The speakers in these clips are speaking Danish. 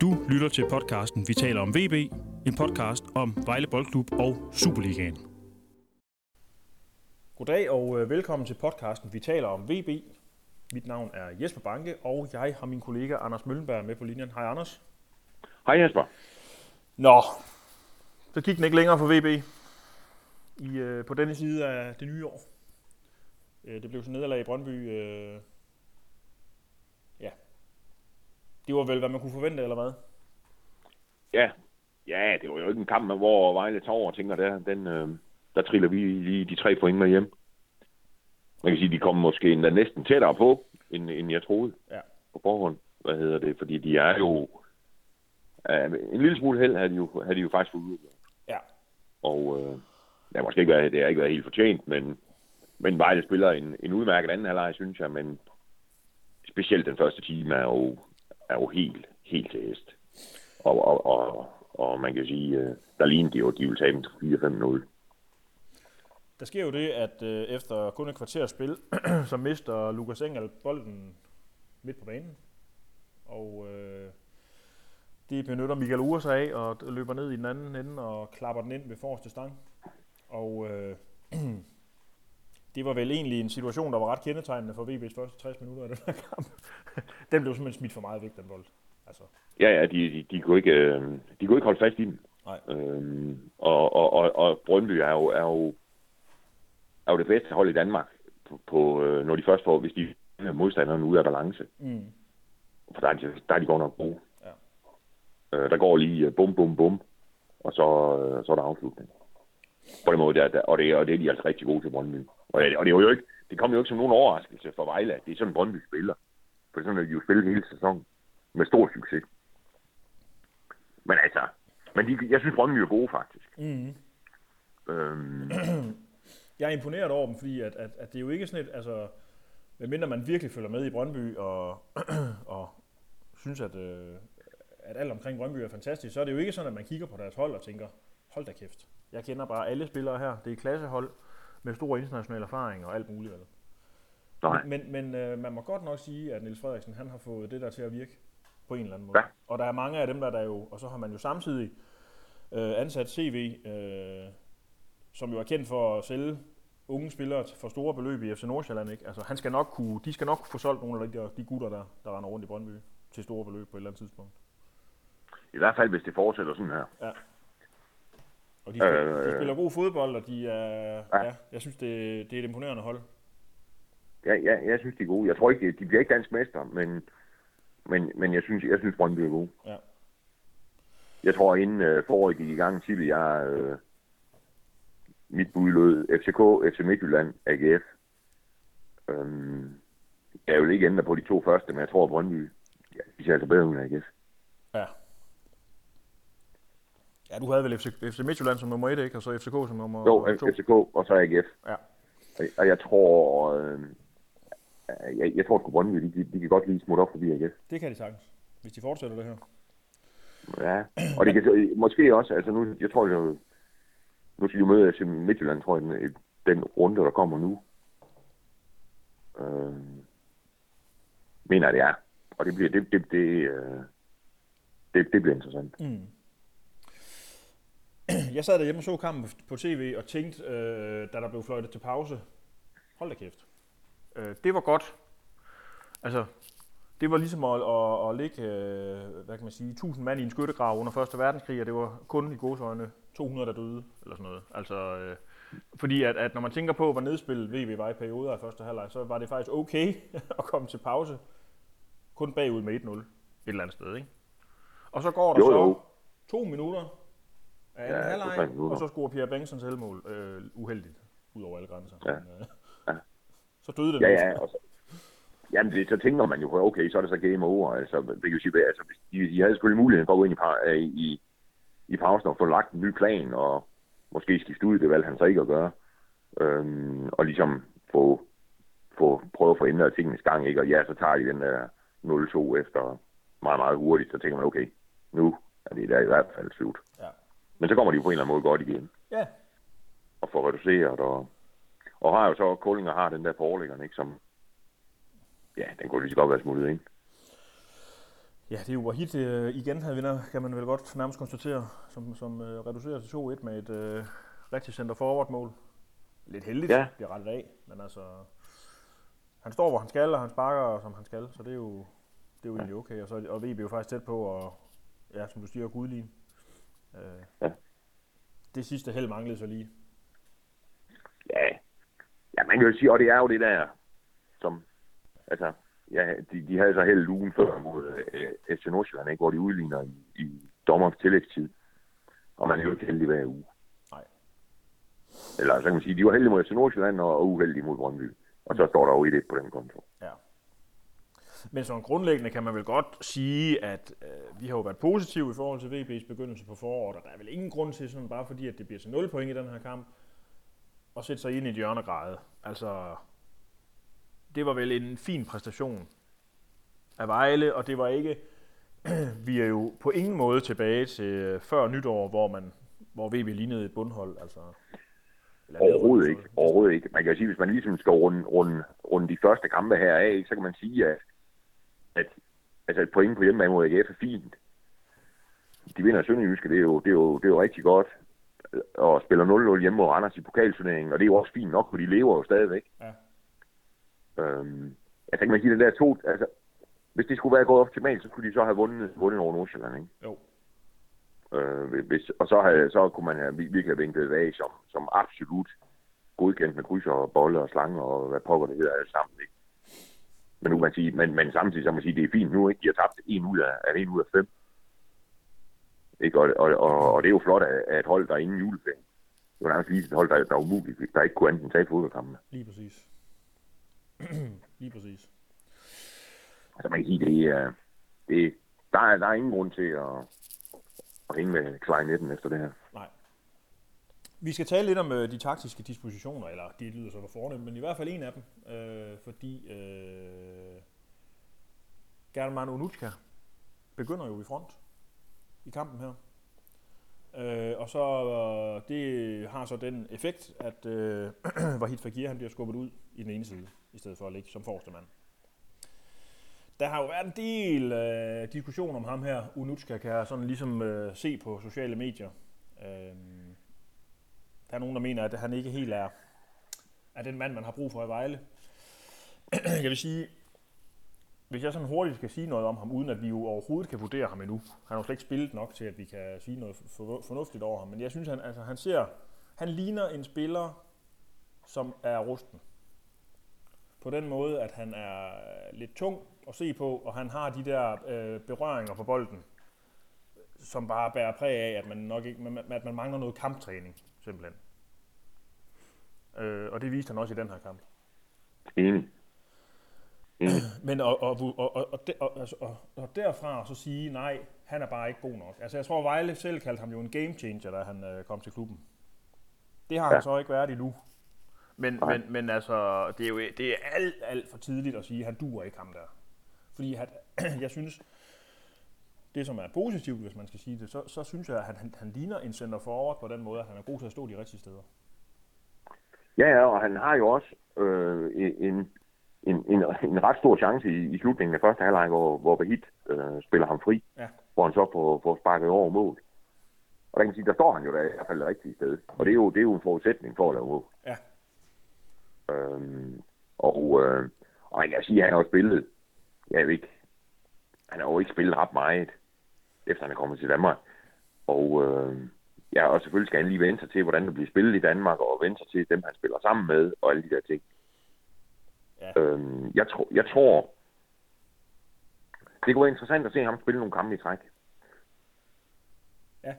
Du lytter til podcasten Vi taler om VB, en podcast om Vejle Boldklub og Superligaen. Goddag og velkommen til podcasten Vi taler om VB. Mit navn er Jesper Banke, og jeg har min kollega Anders Møllenberg med på linjen. Hej Anders. Hej Jesper. Nå, så gik den ikke længere for VB på denne side af det nye år. Det blev så nederlag i Brøndby. Det var vel, hvad man kunne forvente, eller hvad? Ja, det var jo ikke en kamp, hvor Vejle tager over og tænker, der triller vi lige de 3 point med hjem. Man kan sige, de kom måske endda næsten tættere på, end jeg troede på forhånd. Fordi de er jo... en lille smule held havde de jo faktisk fået ud. Ja. Og det har ikke været helt fortjent, men Vejle spiller en udmærket anden halvleg, synes jeg, men specielt den første time er jo helt til hest. Og man kan sige, der lignede de ville tabe en 4-5-0. Der sker jo det, at efter kun et kvarters spil, så mister Lukas Engel bolden midt på banen. Og det benytter Michael Ure sig af og løber ned i den anden ende og klapper den ind ved forreste stang. Og det var vel egentlig en situation, der var ret kendetegnende for VB's første 60 minutter af den her kamp. Den blev simpelthen smidt for meget væk, den bold. Altså. Ja, de kunne ikke holde fast i den. Nej. Og Brøndby er jo det bedste hold i Danmark, når de først får, hvis de er modstanderne ude af balance. Mm. For der er de godt nok gode. Ja. Der går lige bum, og så er der afslutning. På den måde, og det er de altså rigtig gode til Brøndby. Og det er jo ikke, det kommer jo ikke som nogen overraskelse for Vejle, at det er sådan Brøndby spiller. For sådan har de jo spillet hele sæsonen med stor succes. Men jeg synes Brøndby er gode faktisk. Mm. Jeg er imponeret over dem, fordi at det er jo ikke sådan et, altså, medmindre man virkelig følger med i Brøndby og synes, at alt omkring Brøndby er fantastisk, så er det jo ikke sådan, at man kigger på deres hold og tænker, hold da kæft. Jeg kender bare alle spillere her. Det er klassehold med stor international erfaring og alt muligt. Men man må godt nok sige, at Niels Frederiksen, han har fået det der til at virke på en eller anden måde. Ja. Og der er mange af dem, der jo, og så har man jo samtidig ansat CV, som jo er kendt for at sælge unge spillere for store beløb i FC Nordsjælland, ikke? Altså, de skal nok få solgt nogle af de gutter, der render rundt i Brøndby til store beløb på et eller andet tidspunkt. I hvert fald, hvis det fortsætter sådan her. Ja. Og de spiller god fodbold, og jeg synes, det er et imponerende hold. Ja, jeg synes, de er gode. Jeg tror ikke, de bliver ikke dansk mester, men jeg synes Brøndby er gode. Ja. Jeg tror, inden foråret gik i gang, tippede jeg mit bud lød FCK, FC Midtjylland, AGF. Jeg vil ikke ændre på de 2 første, men jeg tror, at Brøndby de ser altså bedre ud end AGF. Ja. Ja, du havde vel FC Midtjylland som nummer 1, ikke? Og så FCK som nummer 2? Jo, FCK og så AGF. Ja. Og jeg tror... Jeg tror, at Brøndby, de kan godt lige smutte op forbi AGF. Det kan de sagtens, hvis de fortsætter det her. Ja, og det kan måske også... Altså nu, jeg tror, nu skal de møde FC Midtjylland, tror jeg, den runde, der kommer nu. Mener jeg, det er. Og det bliver interessant. Mm. Jeg sad derhjemme og så kampen på tv og tænkte, da der blev fløjtet til pause, hold da kæft. Det var godt. Altså, det var ligesom at ligge, hvad kan man sige, 1000 mand i en skyttegrav under 1. verdenskrig, og det var kun i gåseøjne 200, der døde, eller sådan noget. Altså, fordi at når man tænker på, hvor nedspillet VB var i perioder af første halvleg, så var det faktisk okay at komme til pause, kun bagud med 1-0 et eller andet sted, ikke? Og så går der så 2 minutter af anden halvleg, og så scorer Pierre Bengtsson selvmål uheldigt ud over alle grænser. Ja. Men, så døde det. Ja, og så, jamen så tænker man jo, okay, så er det så game over. Altså, det kan jo sige, altså, de havde selvfølgelig muligheden for at gå ind i pausen og få lagt en ny plan, og måske skifte ud, det valgte han så ikke at gøre. Og ligesom prøve at få ændret tingenes gang, ikke? Og ja, så tager de den der 0-2 efter meget, meget hurtigt, så tænker man, okay, nu er det der i hvert fald slut. Ja. Men så kommer de jo på en eller anden måde godt igen. Ja. Og får reduceret, og har jo så Kolding og har den der på overlæggeren, ikke, som, ja, den kunne lige så godt være smuttet ind. Ja, det er jo Wahid igen havde vinder, kan man vel godt nærmest konstatere, som reducerer til 2-1 med et rigtig center forward mål. Lidt heldigt, bliver rettet af, men altså, han står, hvor han skal, og han sparker, som han skal, så det er jo egentlig okay. Og VB er jo faktisk tæt på, og ja, som du siger, gudligen. Det sidste held manglede så lige. Ja, man kan jo sige, og det er jo det der, som, altså, ja, de havde så held ugen før mod FC Nordsjælland, ikke, hvor de udligner i dommerens tillægstid, og man er jo ikke heldig hver uge. Nej. Eller så kan man sige, de var heldige mod FC Nordsjælland og uheldige mod Brøndby. Og så står der jo 1-1 på den konto. Ja. Men sådan grundlæggende kan man vel godt sige, at vi har jo været positive i forhold til VB's begyndelse på foråret, og der er vel ingen grund til, sådan bare fordi, at det bliver til 0 point i den her kamp, at sætte sig ind i et hjørnegræde. Altså, det var vel en fin præstation af Vejle, og det var ikke, vi er jo på ingen måde tilbage til før nytår, hvor VB lignede et bundhold, altså. Overhovedet ikke. Man kan jo sige, hvis man ligesom skal runde de første kampe her af, så kan man sige, at altså et point på hjemmebane mod AGF er fint. De vinder Sønderjyske, det er jo rigtig godt. Og spiller 0-0 hjemme mod Randers i pokalturneringen, og det er jo også fint nok, for de lever jo stadigvæk. Ja. Jeg tænker, man sige, den der to, altså, hvis det skulle være gået optimalt, så skulle de så have vundet over Nordsjælland, ikke? Jo. Og så kunne man have virkelig vinklet det af som absolut godkendt med krydser og bolle og slange og hvad pokker det hedder alle sammen, ikke? Men nu kan man sige, men samtidig så man sige, det er fint nu, ikke? De har tabt 1 ud af 5. Ikke? Og det er jo flot af et hold, der er ingen juleferie. Det var nærmest lige et hold, der er umuligt, der ikke kunne enten tage fodboldkampene. Lige præcis. Lige præcis. Altså man kan sige, der er ingen grund til at hænge med klarinetten efter det her. Nej. Vi skal tale lidt om de taktiske dispositioner, eller de lyder så for fornemt, men i hvert fald en af dem, fordi German Onutska begynder jo i front i kampen her. Og så det har så den effekt, at Wahid Faqir han bliver skubbet ud i den ene side, i stedet for at ligge som forreste mand. Der har jo været en del diskussion om ham her, Onutska, kan jeg sådan ligesom se på sociale medier. Der er nogen, der mener, at han ikke helt er den mand, man har brug for i Vejle. Jeg vil sige, hvis jeg sådan hurtigt skal sige noget om ham, uden at vi jo overhovedet kan vurdere ham endnu. Han har jo slet ikke spillet nok til, at vi kan sige noget fornuftigt over ham. Men jeg synes, han ligner en spiller, som er rusten. På den måde, at han er lidt tung at se på, og han har de der berøringer på bolden, som bare bærer præg af, at man mangler noget kamptræning, simpelthen. Og det viste han også i den her kamp. Men og derfra så sige, nej, han er bare ikke god nok. Altså jeg tror, Vejle selv kaldte ham jo en game changer, da han kom til klubben. Det har han så ikke været endnu. Men altså, det er alt for tidligt at sige, at han duer ikke ham der. Fordi jeg synes, det som er positivt, hvis man skal sige det, så synes jeg, at han ligner en center forward på den måde, at han er god til at stå de rigtige steder. Ja, og han har jo også en ret stor chance i slutningen af første halvleg, hvor Wahid spiller ham fri, hvor han så får sparket over mål. Og der kan man sige, der står han jo der i hvert fald det rigtige sted. Og det er jo en forudsætning for at lave mål. Ja. Og man kan sige, at han har jo spillet, han har jo ikke spillet ret meget, efter han er kommet til Danmark. Og selvfølgelig skal han lige vende sig til, hvordan det bliver spillet i Danmark, og vende sig til dem, han spiller sammen med, og alle de der ting. Ja. Jeg tror, det kunne være interessant at se ham spille nogle kampe i træk. Ja.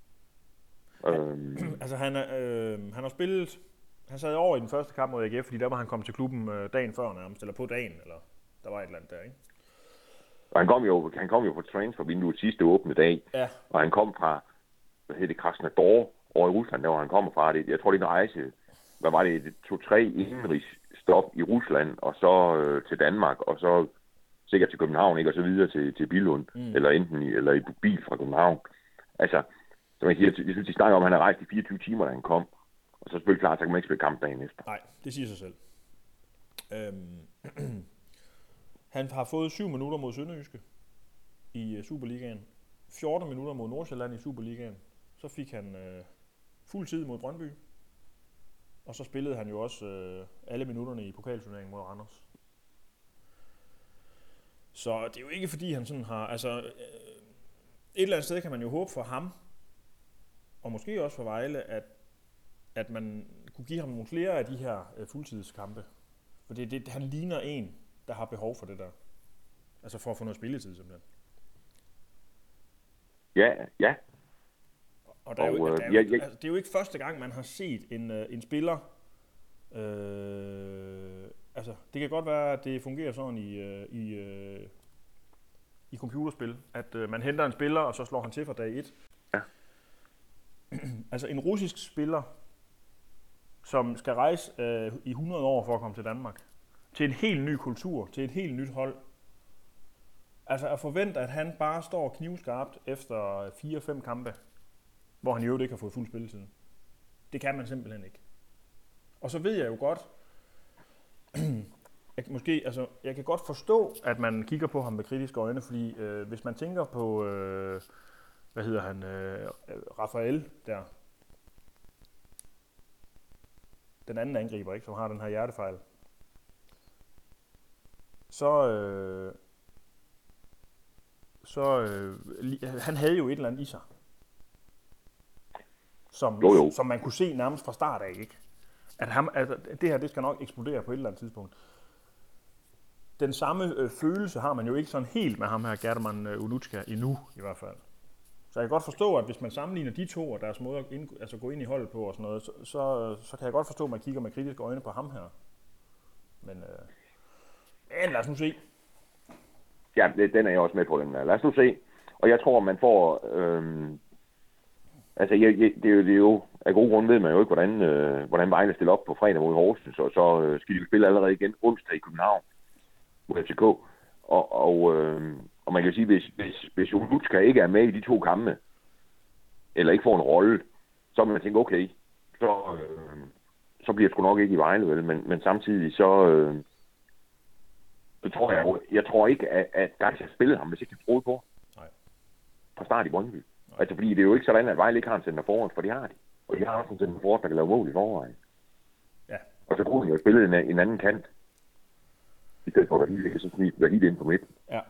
Altså han har spillet, han sad over i den første kamp mod AGF, fordi der var han kom til klubben dagen før nærmest, eller på dagen, eller der var et eller andet der, ikke? Og han kom jo på transfervinduet sidste åbne dag, og han kom fra, Krasnodar over i Rusland, der hvor han kommer fra. Jeg tror, det er en rejse, 2-3 indenrigsstop i Rusland, og så til Danmark, og så sikkert til København, ikke? Og så videre til Billund, eller i bil fra København. Altså, som jeg siger, jeg synes, de snakker om, at han har rejst i 24 timer, da han kom. Og så selvfølgelig klart, så kan man ikke spille kamp dagen efter. Nej, det siger sig selv. Han har fået 7 minutter mod Sønderjyske. i Superligaen. 14 minutter mod Nordsjælland i Superligaen. Så fik han fuld tid mod Brøndby. Og så spillede han jo også alle minutterne i pokalturneringen mod Randers. Så det er jo ikke fordi han sådan har, altså et eller andet sted kan man jo håbe for ham, og måske også for Vejle, at man kunne give ham nogle flere af de her fuldtidskampe. For han ligner en, der har behov for det der. Altså for at få noget spilletid simpelthen. Ja. Og det er jo ikke første gang, man har set en spiller. Altså, det kan godt være, at det fungerer sådan i computerspil, at man henter en spiller, og så slår han til fra dag 1. Ja. Altså en russisk spiller, som skal rejse i 100 år for at komme til Danmark, til en helt ny kultur, til et helt nyt hold. Altså at forvente, at han bare står knivskarpt efter 4-5 kampe, hvor han jo ikke har fået fuld spilletid. Det kan man simpelthen ikke. Og så ved jeg jo godt, jeg kan godt forstå, at man kigger på ham med kritiske øjne, fordi hvis man tænker på, Rafael der, den anden angriber, ikke, som har den her hjertefejl, han havde jo et eller andet i sig, som man kunne se nærmest fra start af, ikke? Det her, det skal nok eksplodere på et eller andet tidspunkt. Den samme følelse har man jo ikke sådan helt med ham her, German Onutska, endnu i hvert fald. Så jeg kan godt forstå, at hvis man sammenligner de to og deres måde at gå ind i holdet på og sådan noget, så kan jeg godt forstå, at man kigger med kritiske øjne på ham her. Men lad os nu se. Ja, den er jeg også med på, den. Lad os nu se. Og jeg tror, man får... det er jo af gode grunde ved man jo ikke, hvordan Vejle stiller op på fredag mod Horsens, og så skal de spille allerede igen onsdag i København mod FCK. Og man kan sige, hvis Onutska ikke er med i de to kampe, eller ikke får en rolle, så vil man tænke, okay, så bliver det sgu nok ikke i Vejle, vel? Men samtidig så tror jeg tror ikke, at der skal spille ham, hvis ikke de troede på. Nej. Fra start i Brøndby. Altså, fordi det er jo ikke sådan, at Vejle ikke har en center forward, for de har de. Og de har også en center forward, der kan lave mål i forvejen. Ja. Og så kunne han jo spille en anden kant. I stedet for, at Vejle så snit Vejle ind på midten. Ja.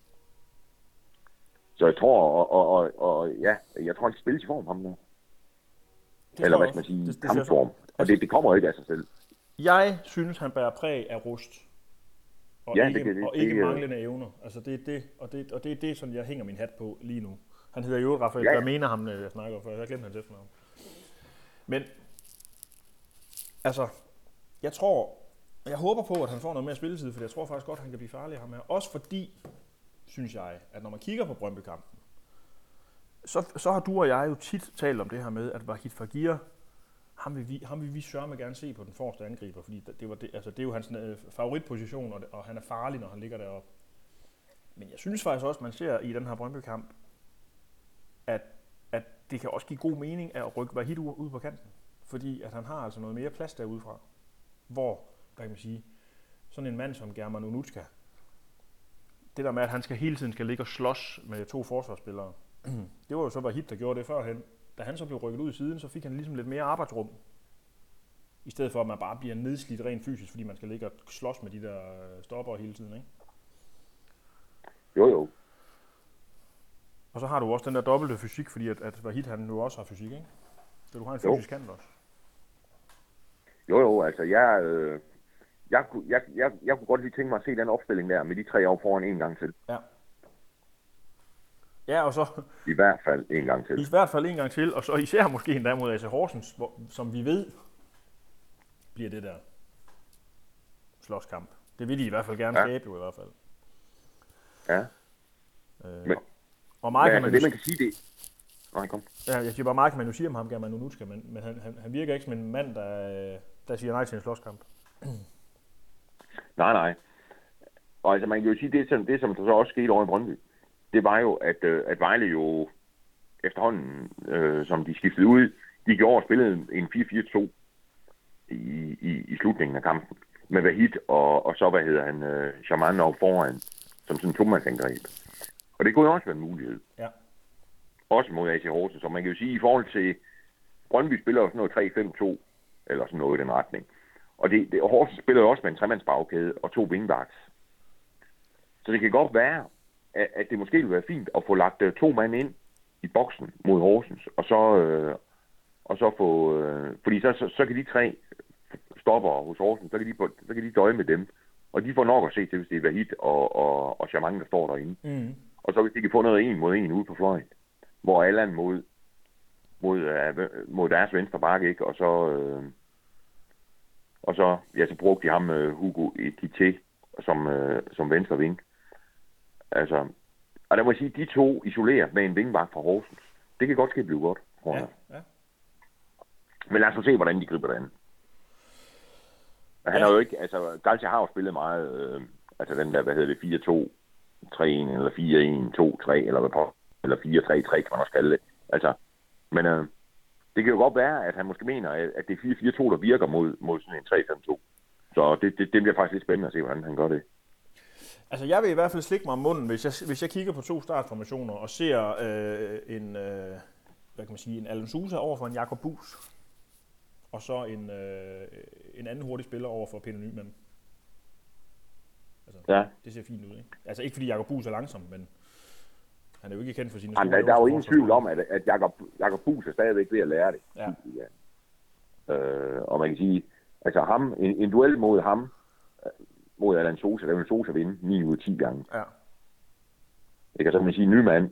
Så jeg tror, jeg tror ikke spilles i form ham nu. Eller hvad skal man sige, kampform. Og det kommer ikke af sig selv. Jeg synes, han bærer præg af rust. Og ja, ikke manglende evner. Altså det er det, som jeg hænger min hat på lige nu. Han hedder jo Rafael, jeg mener ham, jeg snakker om før. Jeg har glemt hans efternavn. Men, altså, jeg håber på, at han får noget mere spilletid, for jeg tror faktisk godt, at han kan blive farlig ham her. Også fordi, synes jeg, at når man kigger på Brøndby-kampen, så har du og jeg jo tit talt om det her med, at Wahid Fagir, ham vil vi sørme gerne se på den forreste angriber, fordi det er jo hans favoritposition, og han er farlig, når han ligger deroppe. Men jeg synes faktisk også, man ser i den her Brøndby-kamp, at det kan også give god mening at rykke Wahid ud på kanten. Fordi at han har altså noget mere plads derudefra. Hvor, hvad kan man sige, sådan en mand som German Onutska, det der med, at han hele tiden skal ligge og slås med to forsvarsspillere, det var jo så Wahid, der gjorde det førhen. Da han så blev rykket ud i siden, så fik han ligesom lidt mere arbejdsrum. I stedet for, at man bare bliver nedslidt rent fysisk, fordi man skal ligge og slås med de der stopper hele tiden, ikke? Jo. Og så har du også den der dobbelte fysik, fordi at Wahid han nu også har fysik, ikke? Så du har en fysisk kant også. Jo, altså jeg kunne godt lige tænke mig at se den opstilling der med de 3 år foran en gang til. Ja. Ja, og så... I hvert fald en gang til. I hvert fald en gang til, og så især måske endda mod AC Horsens, som vi ved, bliver det der slåskamp. Det vil de i hvert fald gerne skabe, jo i hvert fald. Ja. Og meget kan man det, man kan sige det... Nej, kom. Ja, jeg siger bare, meget kan man jo sige om ham, German Onutska, men han virker ikke som en mand, der siger nej til en slåskamp. Nej. Og altså, man kan jo sige, det som der så også skete over i Brøndby, det var jo, at Vejle jo efterhånden, som de skiftede ud, de gjorde og spillede en 4-4-2 i slutningen af kampen. Med Wahid og så, Shamanov foran, som sådan en tomandsangreb. Og det kunne jo også være en mulighed. Ja. Også mod AC Horsens. Så man kan jo sige, i forhold til Brøndby spiller jo sådan noget 3-5-2, eller sådan noget i den retning. Og Horsens spiller jo også med en tremandsbagkæde og 2 wingbacks. Så det kan godt være, at det måske vil være fint at få lagt 2 mand ind i boksen mod Horsens, og så få... fordi så kan de 3 stopper hos Horsens, så kan de døje med dem. Og de får nok at se til, hvis det er Vahid og Charmant, der står derinde. Mm. Og så hvis de kan få noget 1 mod 1 ude på fløjen, hvor Allan mod deres venstre bakke, ikke? Og så brugte de ham, Hugo Ekité, som venstre ving. Altså, og der må jeg sige, de 2 isoleret med en vingbak fra Horsens. Det kan godt ske blive godt, tror jeg. Ja. Men lad os se, hvordan de griber det an. Han har jo ikke, altså, Galcia har jo spillet meget, altså den der, 4-2, 3-1, eller 4-1, 2-3, eller hvad på, eller 4-3-3, kan man også kalde det. Altså, men det kan jo godt være, at han måske mener, at det er 4-4-2, der virker mod sådan en 3-5-2. Så det bliver faktisk lidt spændende at se, hvordan han gør det. Altså, jeg vil i hvert fald slikke mig om munden, hvis jeg kigger på 2 startformationer og ser en Alan Sousa over for en Jakob Buus, og så en anden hurtig spiller over for Peter Nyman. Altså, ja. Det ser fint ud, ikke? Altså, ikke fordi Jakob Buus er langsom, men han er jo ikke kendt for sine store... Der er jo ingen tvivl om, at Jakob Buus er stadigvæk ved at lære det. Ja. Og man kan sige, altså ham, en duel mod ham, mod Alan Sousa, der vil Sousa vinde 9 ud af 10 gange. Ja. Det kan så man sige, Nyman.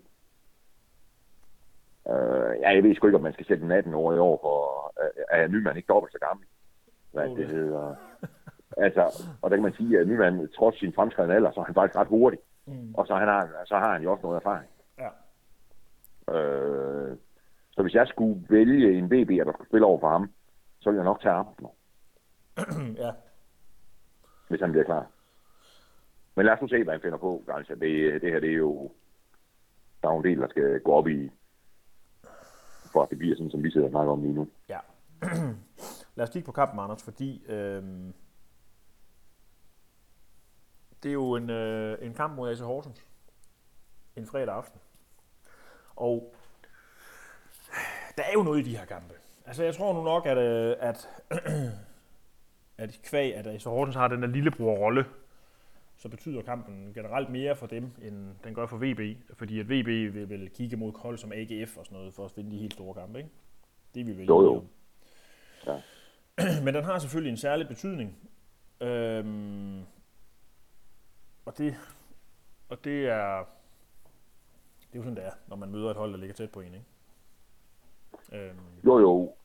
Jeg ved sgu ikke, om man skal sætte en 18 år i år, for er Nyman ikke dobbelt så gammel. Hvad det hedder. Altså, og der kan man sige, at Nyman, trods sin fremskredne alder, så er han faktisk ret hurtig. Mm. Og så har han jo også noget erfaring. Ja. Så hvis jeg skulle vælge en VB, der skulle spille over for ham, så ville jeg nok tage Abner. Ja. Hvis han bliver klar. Men lad os nu se, hvad han finder på. Altså, det her, det er jo... Der er jo en del, der skal gå op i... For at det bliver sådan, som vi sidder og snakker om lige nu. Ja. Lad os kigge på kampen, Anders, fordi... det er jo en kamp mod AC Horsens. En fredag aften. Og... Der er jo noget i de her kampe. Altså, jeg tror nu nok, at kvæg, at AC Horsens har den der lillebror-rolle, så betyder kampen generelt mere for dem, end den gør for VB. Fordi at VB vil kigge mod hold som AGF og sådan noget, for at vinde de helt store kampe, ikke? Det vil vi jo. Ja. Men den har selvfølgelig en særlig betydning. Og det er jo sådan, det er, når man møder et hold, der ligger tæt på en, ikke? Jo.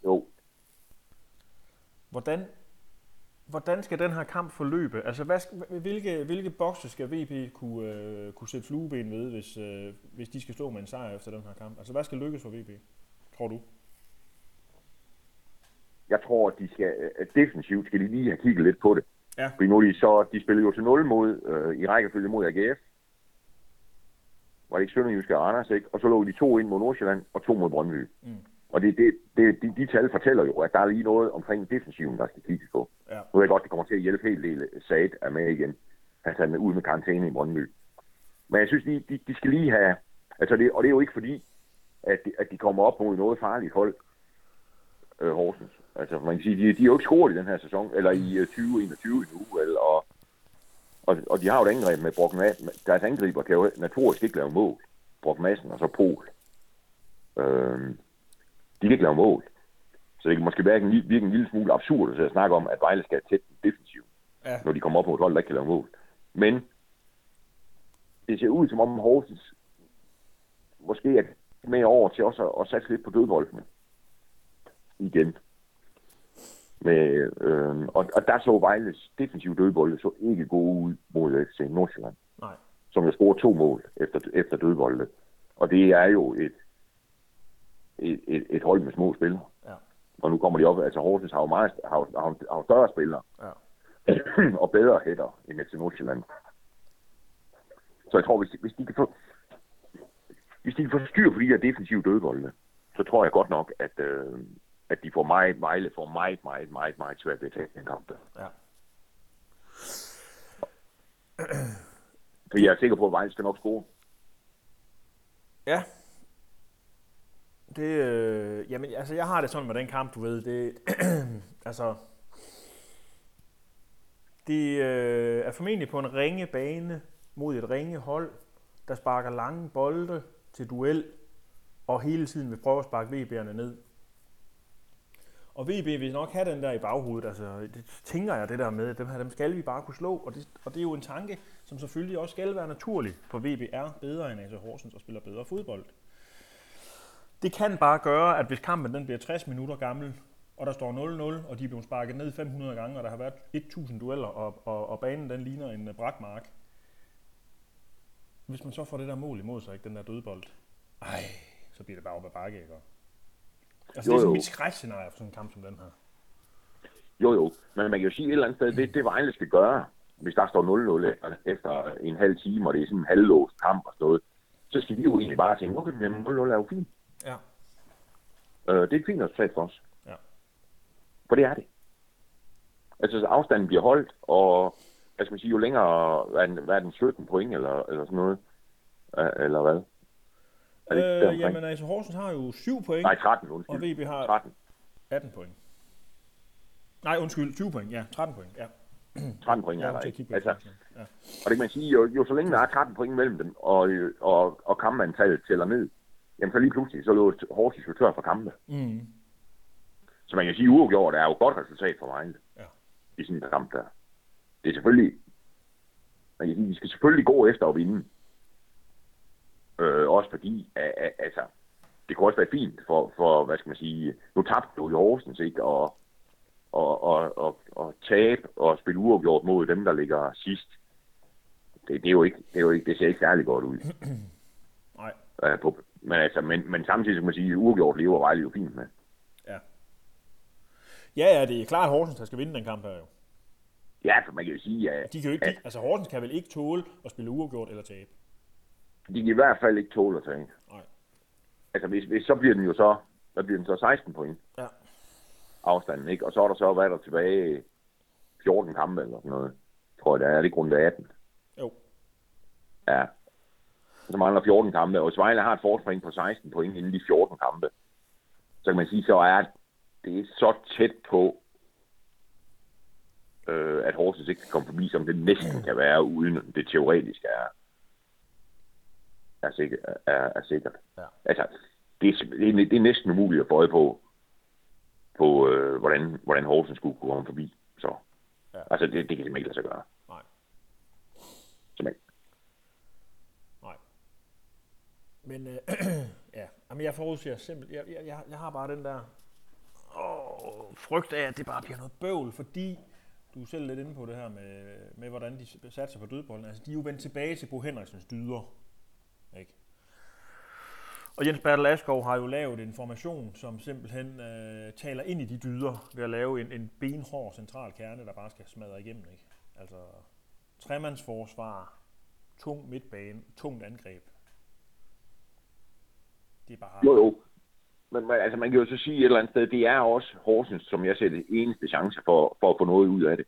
Hvordan skal den her kamp forløbe? Altså, hvilke bokse skal VB kunne sætte flueben ved, hvis de skal stå med en sejr efter den her kamp? Altså, hvad skal lykkes for VB, tror du? Jeg tror, at defensivt skal de lige have kigget lidt på det. Ja. Fordi nu de spillede jo til 0 i rækkefølge mod AGF. Var det ikke Sønderjyske og Randers, ikke? Og så lå de 2 ind mod Nordsjælland og 2 mod Brøndby. Mm. Og de tal fortæller jo, at der er lige noget omkring defensiven, der skal kigges på. Ja. Nu er det godt, det kommer til at hjælpe helt del. Saad er med igen. Han tager ud med karantæne i Brøndby. Men jeg synes, de skal lige have... Altså og det er jo ikke fordi, at de kommer op mod noget farligt hold, Horsens. Altså man kan sige, de er jo ikke scoret i den her sæson, eller i 2021 endnu, og de har jo et angreb med Brock Madsen. Deres angriber kan jo notorisk ikke lave mål. Brock Madsen og så Poul. De kan ikke lave mål. Så det kan måske virke en lille smule absurd at snakke om, at Vejle skal tæt defensiv, ja, når de kommer op på et hold, der ikke kan lave mål. Men det ser ud som om Horsens måske er med over til også at satse lidt på dødboldene igen. Og der så Vejles defensive dødbolde så ikke gode ud mod FC Nordsjælland. Nej. Som jo scorede 2 mål efter dødbolde. Og det er jo et hold med små spillere. Ja. Og nu kommer de op, altså Horsens har jo større spillere. Ja. Og bedre hætter end FC Nordsjælland. Så jeg tror, hvis de kan få styr på de her defensive dødbolde, så tror jeg godt nok, at de får meget svært ved at tage den kamp. Ja. For jeg er sikker på, at Vejle skal nok score. Ja. Det, jamen, altså, jeg har det sådan med den kamp, du ved, det, altså, det er formentlig på en ringe bane mod et ringe hold, der sparker lange bolde til duel, og hele tiden vil prøve at sparke VB'erne ned. Og VB vil nok have den der i baghovedet, altså det tænker jeg det der med, dem skal vi bare kunne slå, og det er jo en tanke, som selvfølgelig også skal være naturlig, for VB er bedre end AC Horsens og spiller bedre fodbold. Det kan bare gøre, at hvis kampen den bliver 60 minutter gammel, og der står 0-0, og de er blevet sparket ned 500 gange, og der har været 1000 dueller, og banen den ligner en brakmark. Hvis man så får det der mål imod sig, ikke, den der dødbold, så bliver det bare op ad bakke, ikke? Altså det er sådan mit skrækscenarie for sådan en kamp som den her. Jo, men man kan jo sige et eller andet sted, det Vejle skal gøre, hvis der står 0-0 efter en halv time, og det er sådan en halvlåst kamp og sådan noget, så skal vi jo egentlig bare tænke, okay, 0-0 er jo fint. Ja. Det er et fint resultat for os. Ja. For det er det. Altså afstanden bliver holdt, og hvad skal man sige, jo længere, hvad er den 17 point, eller sådan noget, eller hvad? Jamen altså Horsens har jo 7 point. Nej, 13, undskyld. Og VB har 13. 18 point. Nej, undskyld, 20 point, ja, 13 point, ja. 13 point er der ikke. Altså, ja. Og det kan man sige, jo så længe der er 13 point mellem dem, og kampantallet tæller ned, jamen så lige pludselig, så lå Horsens jo tør for kampe. Mm. Så man kan sige, uafgjort er jo et godt resultat for Vejle. Ja. I sådan en kamp der. Det er selvfølgelig, man kan sige, vi skal selvfølgelig gå efter at vinde. Også fordi, altså, det kunne også være fint for, hvad skal man sige, nu tabte du i Horsens, ikke, og tabe og spille uafgjort mod dem, der ligger sidst. Det er jo ikke, det ser ikke særlig godt ud. Nej. Men samtidig kan man sige, at uafgjort lever Vejle jo fint med. Ja. Ja, det er klart, at Horsens der skal vinde den kamp her jo. Ja, for man kan jo sige, at... Altså Horsens kan vel ikke tåle at spille uafgjort eller tabe? De kan i hvert fald ikke tåle at tabe. Nej. Altså hvis så bliver den jo så, der bliver den så 16 point. Ja. Afstanden, ikke? Og så er der så, hvad der tilbage, 14 kampe eller sådan noget. Tror jeg, det er det rundt af 18. Jo. Ja. Så mangler 14 kampe, og hvis Vejle har et forspring på 16 point inden de 14 kampe, så kan man sige, så er det så tæt på, at Horsens ikke kan komme forbi, som det næsten kan være, uden det teoretiske er sikkert. Ja. Altså, det er næsten umuligt at få øje på hvordan Horsens skulle kunne komme forbi. Så. Ja. Altså, det kan simpelthen ikke lade sig gøre. Nej. Simpelthen. Nej. Men ja, jamen jeg forudsiger simpelthen, jeg har bare den der frygt af, at det bare bliver noget bøvl, fordi du er selv lidt inde på det her med hvordan de satser på dødbolden. Altså, de er jo vendt tilbage til Bo Henriksens dyder. Ikke? Og Jens Bertel Askov har jo lavet en formation, som simpelthen taler ind i de dyder ved at lave en benhård central kerne, der bare skal smadre igennem. Ikke? Altså tremandsforsvar, tung midtbane, tungt angreb. Det er bare... Jo. Men altså, man kan jo så sige et eller andet sted, det er også Horsens, som jeg ser det eneste chance for at få noget ud af det.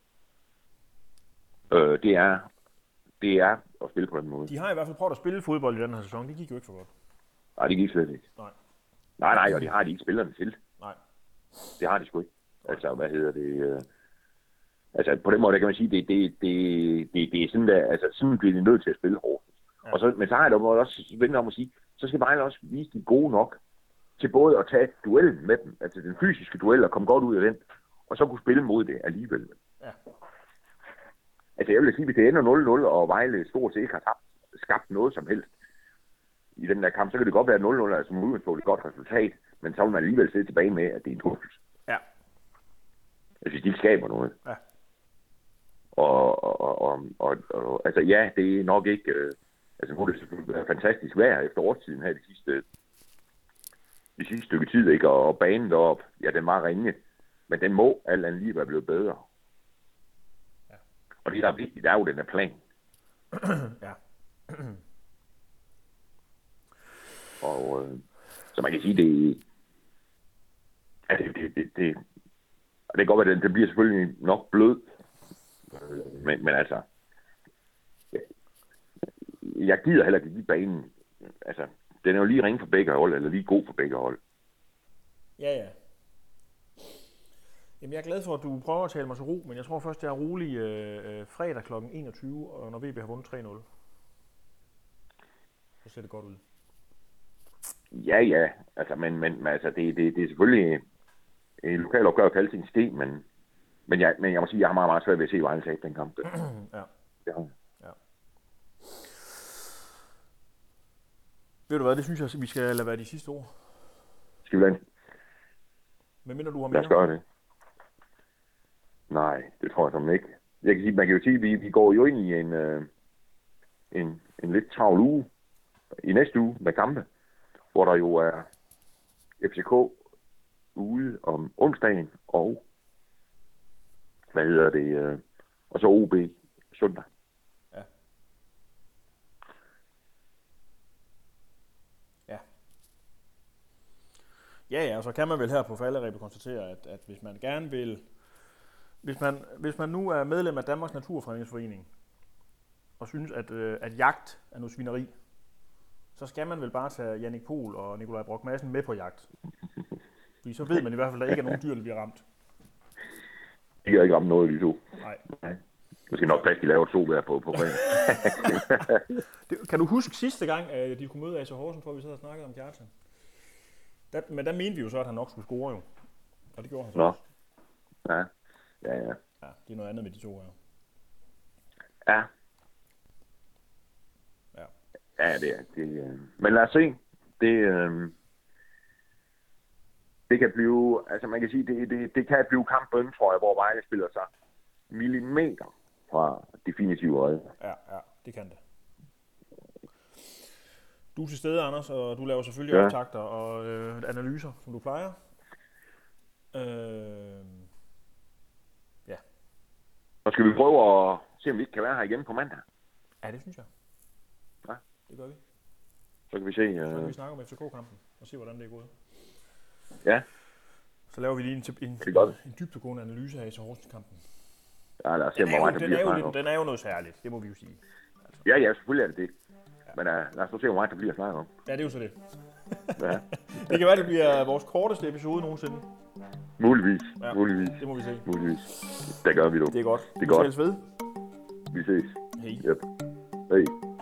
Det er at spille på den måde. De har i hvert fald prøvet at spille fodbold i den her sæson. Det gik jo ikke for godt. Nej, det gik slet ikke. Nej, og det har de ikke spillerne til. Nej. Det har de sgu ikke. Altså, hvad hedder det? Altså, på den måde, der kan man sige, det er sådan der, altså, sådan bliver de nødt til at spille Horsens. Ja. Og så, men så har jeg da også vendt om at sige, så skal Vejle også vise de gode nok til både at tage duellen med dem, altså den fysiske duel, og komme godt ud af den, og så kunne spille mod det alligevel. Ja. Altså, jeg vil sige, hvis det ender 0-0, og Vejle stort set ikke har skabt noget som helst i den der kamp, så kan det godt være 0-0, altså som udgangspunkt et godt resultat, men så vil man alligevel sidde tilbage med, at det er en trussel. Ja. Altså, hvis de ikke skaber noget. Ja. Og altså, ja, det er nok ikke... altså, nu er det selvfølgelig været fantastisk vejr efter årstiden her de sidste stykke tid, ikke? Og banen deroppe, ja, den var ringe, men den må alt andet lige være blevet bedre. Ja. Og det, der er vigtigt, er jo den her plan. Ja. Og så man kan sige, det kan godt være, det bliver selvfølgelig nok blød, men altså, jeg gider heller ikke give banen, altså den er jo lige ringe for begge hold, eller lige god for begge hold. Ja. Jamen, jeg er glad for, at du prøver at tale mig til ro, men jeg tror først, jeg er rolig fredag kl. 21, og når VB har vundet 3-0. Så ser det godt ud. Ja. Altså, men altså, det er selvfølgelig en lokalopgør til alting sten, men jeg må sige, at jeg har meget, meget svært ved at se Vejle tabe den kamp. Ja. Ja. Ved du hvad, det synes jeg, vi skal lade være de sidste ord. Skal vi lade? Men mindre du har mere? Lad os gøre det. Nej, det tror jeg som ikke. Man kan jo sige, at vi går jo ind i en lidt travl uge i næste uge med kampe, hvor der jo er FCK ude om onsdagen, og og så OB søndag. Ja, og så kan man vel her på Falderebet konstatere, at hvis man gerne vil, hvis man nu er medlem af Danmarks Naturfredningsforening, og synes, at jagt er noget svineri, så skal man vel bare tage Jannik Pohl og Nikolaj Brock Madsen med på jagt. Fordi så ved man i hvert fald, at der ikke er nogen dyr, der bliver ramt. De kan ikke ramme noget, de to. Nej. Det skal nok passe, de laver 2 hver på fredag. Kan du huske sidste gang, at de kunne møde AC Horsens, hvor vi sad og snakkede om Kjartan? Men der mente vi jo så, at han nok skulle score jo. Og det gjorde han så. Nå. Ja. Ja, det er noget andet med de to her. Ja. Ja, det er. Men lad os se. Det kan blive, altså man kan sige, det kan blive kampen, tror jeg, hvor Vejle spiller sig millimeter fra definitive øje. Ja, det kan det. Du er til stede, Anders, og du laver selvfølgelig optagter og analyser, som du plejer. Ja. Og skal vi prøve at se, om vi ikke kan være her igen på mandag? Ja, det synes jeg. Ja. Det gør vi. Så kan vi se... Så kan vi snakke om FCK-kampen og se, hvordan det er gået. Ja. Så laver vi lige en dybdegående analyse af Horsens-kampen. Ja, lad os se, hvor meget der bliver. Den er jo noget særligt, det må vi jo sige. Altså. Ja, selvfølgelig er det. Men lad os nu se, hvor meget der bliver snakket om. Ja, det er jo så det. Ja. Det kan være, det bliver vores korteste episode nogensinde. Muligvis. Ja, Muligvis. Det må vi se. Muligvis. Det gør vi dog. Det er godt. Det er godt. Vi ses ved. Vi ses. Hej. Yep. Hej.